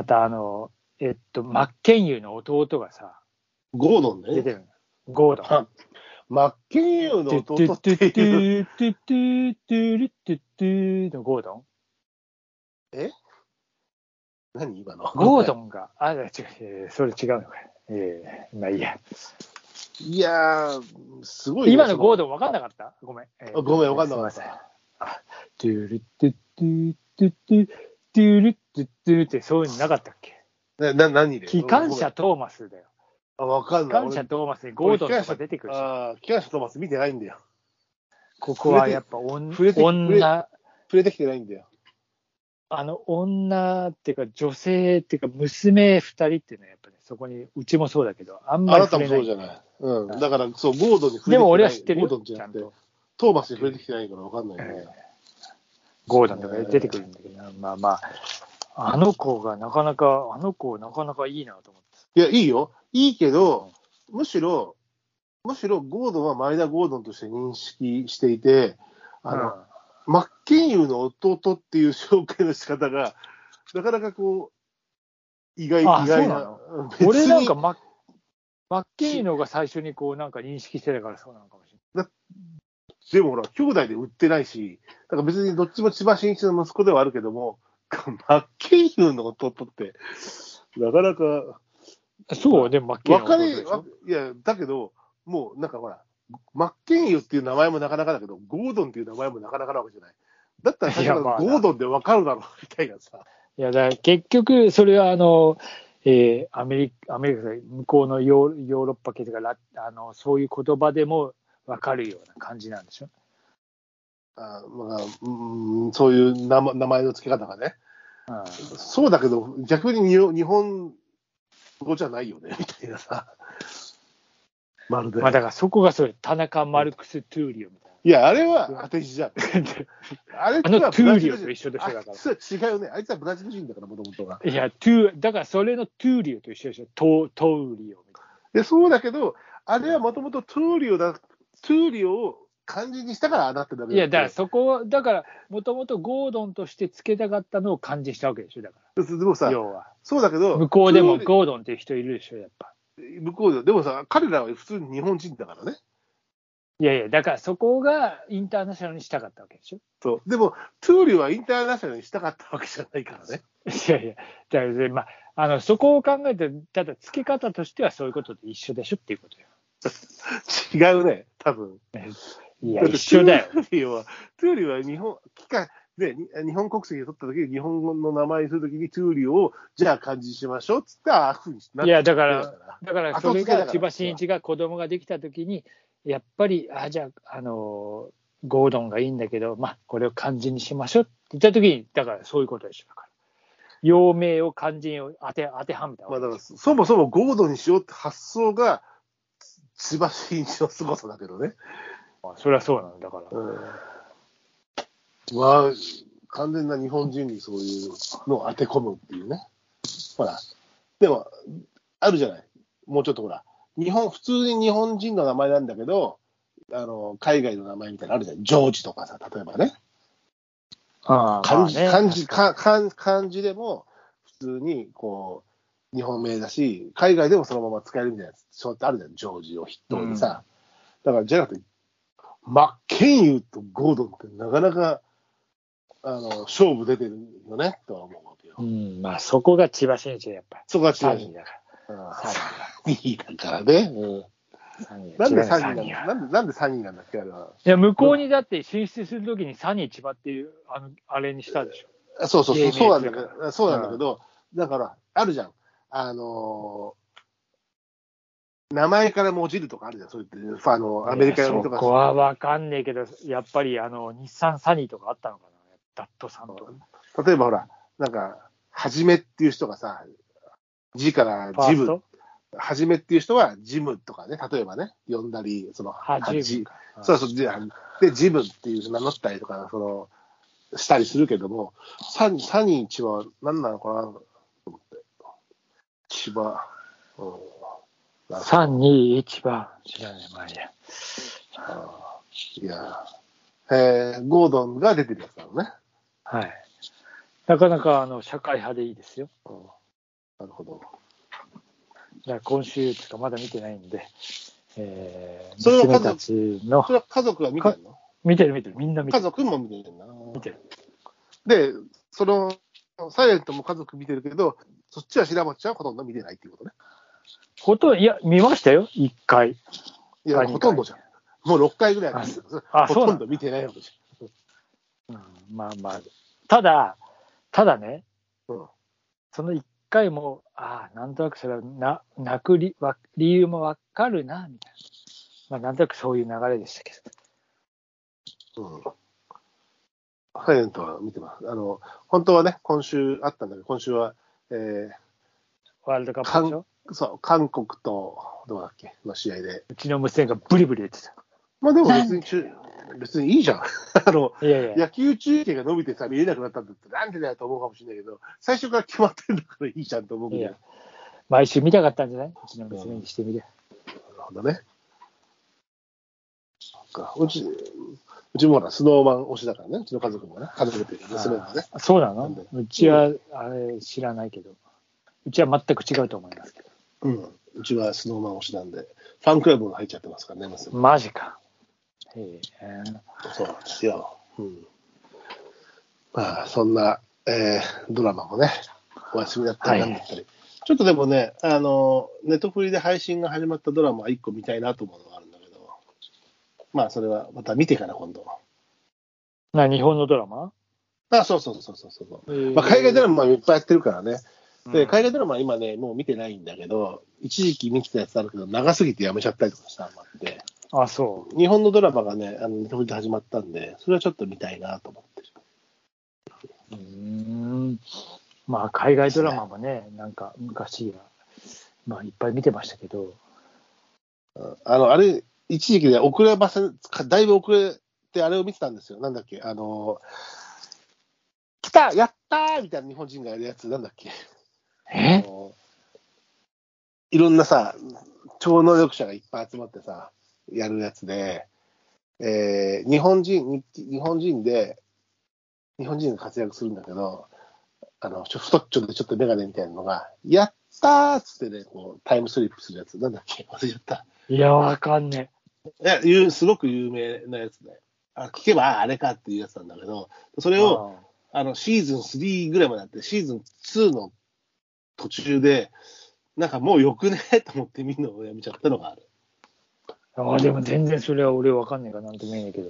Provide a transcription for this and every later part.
たマッケンユーの弟がさ、 ゴードンね。 出てるの。ゴードン。 マッケンユーの弟っていう。 トゥトゥトゥトゥルトゥトゥのゴードン。 何今のゴードンが、違う、それ違うのか。まあいいや。 いやー、すごいね。 今のゴードン分かんなかった？ごめん。 ごめん、分かんなかった。 トゥルトゥトゥトゥトゥトゥルトゥトゥってそういうのなかったっけ？ 何で？ 機関車トーマスだよ。 分かんない。 機関車トーマスにゴードンとか出てくるし。 機関車トーマス見てないんだよ。 ここはやっぱ触れてきてないんだよ。 女っていうか女性っていうか娘二人っていうのはやっぱね、そこにうちもそうだけどあんまり触れない。 あなたもそうじゃない。うん。だからそうゴードンに触れてきてない。 でも俺は知ってるよ。 ゴードンじゃなくてトーマスに触れてきてないから分かんないね。 ゴードンとか出てくるんだけど、まああの子なかなかいいなと思って。 いやいいよ。いいけど、むしろゴードンは前田ゴードンとして認識していて、マッケンユーの弟っていう紹介の仕方が、なかなかこう、意外な。 俺なんかマッケンユーの方が最初にこうなんか認識してたからそうなのかもしれない。 でもほら、兄弟で売ってないし、だから別にどっちも千葉真一の息子ではあるけども、マッケンユーの弟って、なかなか。 そう、でもマッケンユーの弟でしょ。 いや、だけど、もうなんかほら、マッケンユーっていう名前もなかなかだけど、ゴードンっていう名前もなかなかなわけじゃない。だったら最初からゴードンで分かるだろうみたいなさ。 いや、だから結局、それはアメリカ、向こうのヨーロッパ系とかそういう言葉でも分かるような感じなんでしょ。 そういう名前の付け方がね。そうだけど、逆に日本語じゃないよねみたいなさ。まるで。 だからそこがそれ、田中マルクス・トゥーリオみたいな。 いや、あれは当て字じゃん。 あれトゥーリオと一緒でしょ、だから。 違うよね。あいつはブラジル人だから、もともとが。 いや、だからそれのトゥーリオと一緒でしょ。トゥーリオみたいな。そうだけど、あれはもともとトゥーリオを漢字にしたからああなってだけいや、だからもともとゴードンとしてつけたかったのを漢字したわけでしょ、だから。 でもさ、 要は。 そうだけど、 向こうでもゴードンっていう人いるでしょ、やっぱ。 向こうでもさ、彼らは普通に日本人だからね。 いや、だからそこがインターナショナルにしたかったわけでしょ。 そう。でも、トゥーリオはインターナショナルにしたかったわけじゃないからね。 いや、だからそこを考えて、ただ付け方としてはそういうことで一緒でしょっていうことよ。 違うね、多分。 いや、一緒だよ。 トゥーリオは日本国籍を取った時に日本語の名前にするときにトゥーリオをじゃあ漢字にしましょうっつってああふうになって。 いや、だからそれが千葉真一が子供ができたときにやっぱりじゃあゴードンがいいんだけど、これを漢字にしましょうって言ったときに、だからそういうことでしょ。だから陽明を漢字に当てはめた。 だからそもそもゴードンにしようって発想が千葉真一の凄さだけどね。 それはそうなんだから。 完全な日本人にそういうのを当て込むっていうね。ほら、でも、あるじゃない。もうちょっとほら、普通に日本人の名前なんだけど、海外の名前みたいなのあるじゃない。ジョージとかさ、例えばね。漢字でも普通にこう、日本名だし、海外でもそのまま使えるみたいなやつ、そうってあるじゃん。ジョージを筆頭にさ。だから、じゃなくて、マッケンユーとゴードンってなかなか、勝負出てるよね、とは思うわけよ。 そこが千葉真一だ、やっぱり。 そこが千葉真一だから。 3位だからね。なんで3人なんだっけ、あれは。 いや、向こうにだって進出するときにサニー千葉っていう、あれにしたでしょ。 そうなんだけど、だから、あるじゃん。名前からもじるとかあるじゃん、そう言って、アメリカ読みとか。 そこは分かんねえけど、やっぱり日産サニーとかあったのかな、ダットさんと。 例えばほら、なんか、はじめっていう人がさ、字からジム、はじめっていう人はジムとかね、例えばね、呼んだり、 はじそうで、ジムっていう名乗ったりとか、したりするけども、サニー千葉、何なのかなと思って。千葉、 321番。知らない、 いや、ゴードンが出てるやつなのね。 はい。なかなか社会派でいいですよ。 なるほど。 だから今週とかまだ見てないんで、 それは娘たちの。 それは家族は見てるの？ 見てる、みんな見てる。 家族も見てるな。 見てる。 で、サイレントも家族見てるけど、そっちは白松ちゃんはほとんど見てないっていうことね。 いや、見ましたよ、1回。 いや、ほとんどじゃん。もう6回ぐらいほとんど見てないわけじゃん。まあまあ。ただね、その1回も、なんとなくそれは泣く理由もわかるな、みたいな。まあ、なんとなくそういう流れでしたけど。サイレントは見てます。本当はね、今週あったんだけど、今週は、 ワールドカップでしょ？ そう、韓国と、どうだっけの試合で。 うちの娘がブリブリ言ってた。 まあでも別にいいじゃん。 いや野球中継が伸びてさ、見れなくなったんだってなんでだよと思うかもしれないけど、最初から決まってるんだからいいじゃんと思うけど。 毎週見たかったんじゃない？うちの娘にしてみて。 なるほどね。うちもほら、スノーマン推しだからね、うちの家族もね、家族っていうか娘もね。 そうなの？うちは、あれ知らないけど、うちは全く違うと思いますけど。 うちはスノーマン推しなんで、ファンクラブが入っちゃってますからね、娘。 マジか。 そうなんですよ。まあ、そんな、ドラマもね、お休みだったりなんだったり。ちょっとでもね、ネットフリで配信が始まったドラマ1個見たいなと思うのがあるんだけど、まあ、それはまた見てから今度。 日本のドラマ？ そう。まあ、海外ドラマいっぱいやってるからね。で、海外ドラマは今ね、もう見てないんだけど、一時期見てたやつあるけど、長すぎてやめちゃったりとかしたのもあって。 そう。 日本のドラマがね、ネットフリで始まったんで、それはちょっと見たいなと思ってる。 まあ、海外ドラマもね、なんか昔は、まあ、いっぱい見てましたけど。 あれ、一時期でだいぶ遅れてあれを見てたんですよ。なんだっけ、来たやったーみたいな日本人がやるやつ、なんだっけ。いろんなさ、超能力者がいっぱい集まってさ、やるやつで、日本人が活躍するんだけど、太っちょでちょっとメガネみたいなのが、やったーっつってね、こう、タイムスリップするやつ、なんだっけ、忘れちゃった。 いや、わかんねえ。すごく有名なやつで、聞けば、あれかっていうやつなんだけど、それを、シーズン3ぐらいまであって、シーズン2の途中で、なんかもうよくねと思って見るのをやめちゃったのがある。 でも全然それは俺わかんないからなんとも言えないけど。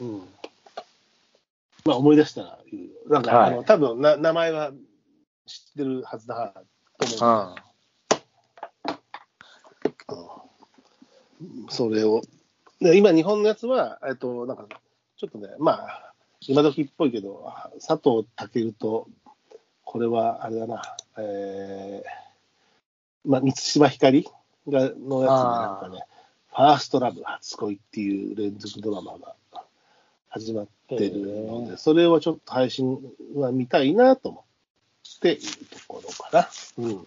まあ思い出したら言う。なんか、多分名前は知ってるはずだと思う。それを。今日本のやつは、なんか、ちょっとね、まあ、今時っぽいけど、佐藤健と、これはあれだな、満島ひかりのやつで、なんかね、ファーストラブ初恋っていう連続ドラマが始まってるので、それをちょっと配信は見たいなと思っているところかな。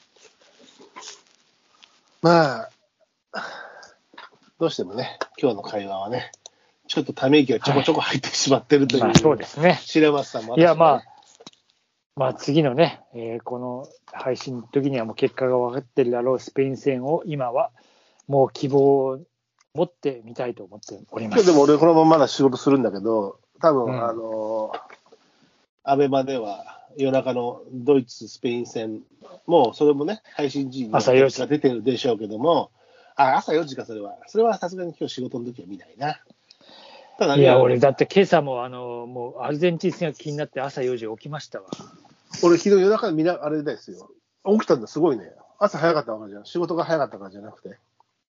まあ、どうしてもね、今日の会話はね、ちょっとため息がちょこちょこ入ってしまってるという、 そうですね。 白松さんもあるしね。 いや、まあ次のね、この配信の時にはもう結果が分かってるだろうスペイン戦を今はもう希望を持ってみたいと思っております。 でも俺このまままだ仕事するんだけど、多分、アベマでは夜中のドイツ、スペイン戦も、それもね、配信時に朝4時が出てるでしょうけども、朝4時か、それはさすがに今日仕事の時は見ないな。 ただいや、俺だって今朝ももうアルゼンチン戦が気になって朝4時起きましたわ。 俺昨日夜中にあれですよ。起きたんだ、すごいね。朝早かったわけじゃん。仕事が早かったからじゃなくて。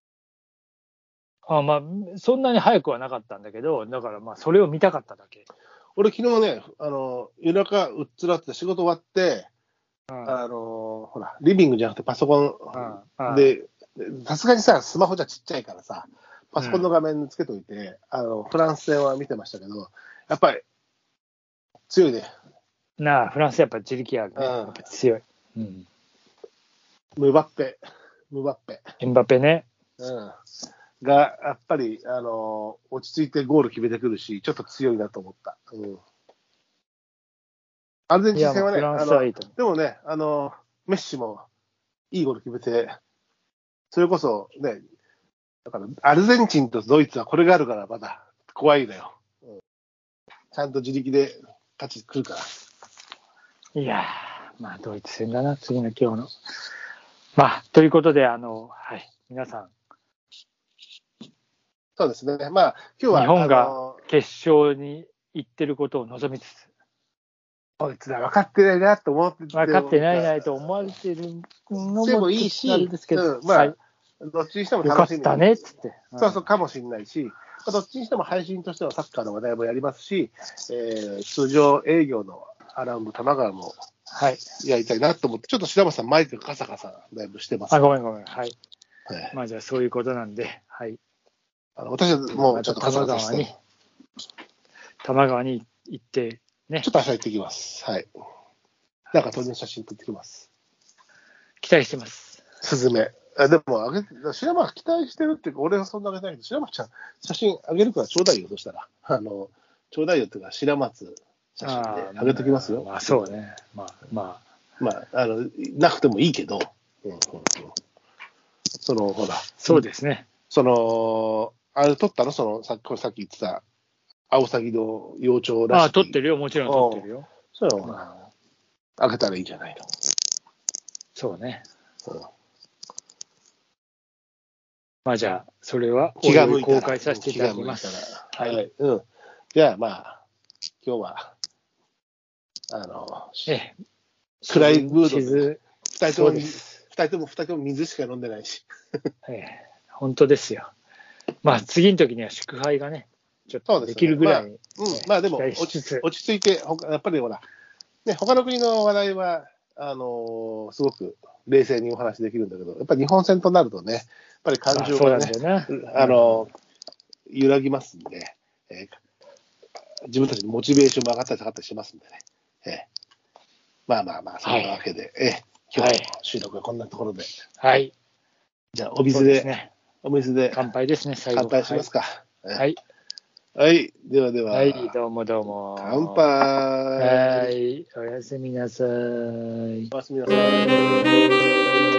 まあ、そんなに早くはなかったんだけど、だからまあ、それを見たかっただけ。 俺昨日ね、夜中うっつらって仕事終わって、ほら、リビングじゃなくてパソコンで、さすがにさ、スマホじゃちっちゃいからさ、パソコンの画面につけといて、フランス戦は見てましたけど、やっぱり強いね。 フランスやっぱ自力あるね。やっぱ強い。 ムバッペ。 エムバペね。 が、やっぱり、落ち着いてゴール決めてくるし、ちょっと強いなと思った。アルゼンチン戦はね、でもね、メッシもいいゴール決めて、それこそね、だからアルゼンチンとドイツはこれがあるからまだ怖いのよ。ちゃんと自力で勝ち来るから。 いやー、まあ、ドイツ戦だな、次の今日の。まあ、ということで、はい、皆さん。 そうですね。まあ、今日は。 日本が決勝に行ってることを望みつつ。 こいつら分かってないなと思ってて。 分かってないと思われてるのもいいし、 あれですけど、 まあ、はい、どっちにしても楽しみ。 よかったねっつって。 そうそう、かもしれないし、どっちにしても配信としてはサッカーの話題もやりますし、通常営業のアラウンド玉川もやりたいなと思って、ちょっと白松さん、マイクカサカサだいぶしてます。 ごめん。はい。まあ、じゃあそういうことなんで、はい。 私はもうちょっとカサカサして。 玉川に行って、ね。 ちょっと明日行ってきます。はい。なんか鳥の写真撮ってきます。 期待してます。 スズメ。でも、白松期待してるっていうか、俺はそんなあげないけど、白松ちゃん、写真あげるからちょうだいよ、そしたら。ちょうだいよっていうか、白松写真であげときますよ。 まあ、そうね。まあ、 なくてもいいけど、ほら。 そうですね。 あれ撮ったのさっき言ってた、アオサギの幼鳥らしい。 撮ってるよ、もちろん撮ってるよ。 そうよ、あげたらいいじゃないの。 そうね。まあじゃあ、それは公開させていただきます。 はい。じゃあまあ、今日は、暗いムードで、二人とも水しか飲んでないし。 本当ですよ。まあ次の時には祝杯がね、ちょっとできるぐらい。 まあでも落ち着いて、やっぱりほら、ね、他の国の話題は、すごく冷静にお話できるんだけど、やっぱり日本戦となるとね、やっぱり感情がね、揺らぎますんで、自分たちのモチベーションも上がったり下がったりしますんでね。まあ、そんなわけで、今日の収録はこんなところで。 はい。 じゃあ、お水で。 乾杯ですね、最後。 乾杯しますか。 はい。 はい。では。 はい、どうも。 乾杯。 はい。おやすみなさい。 おやすみなさい。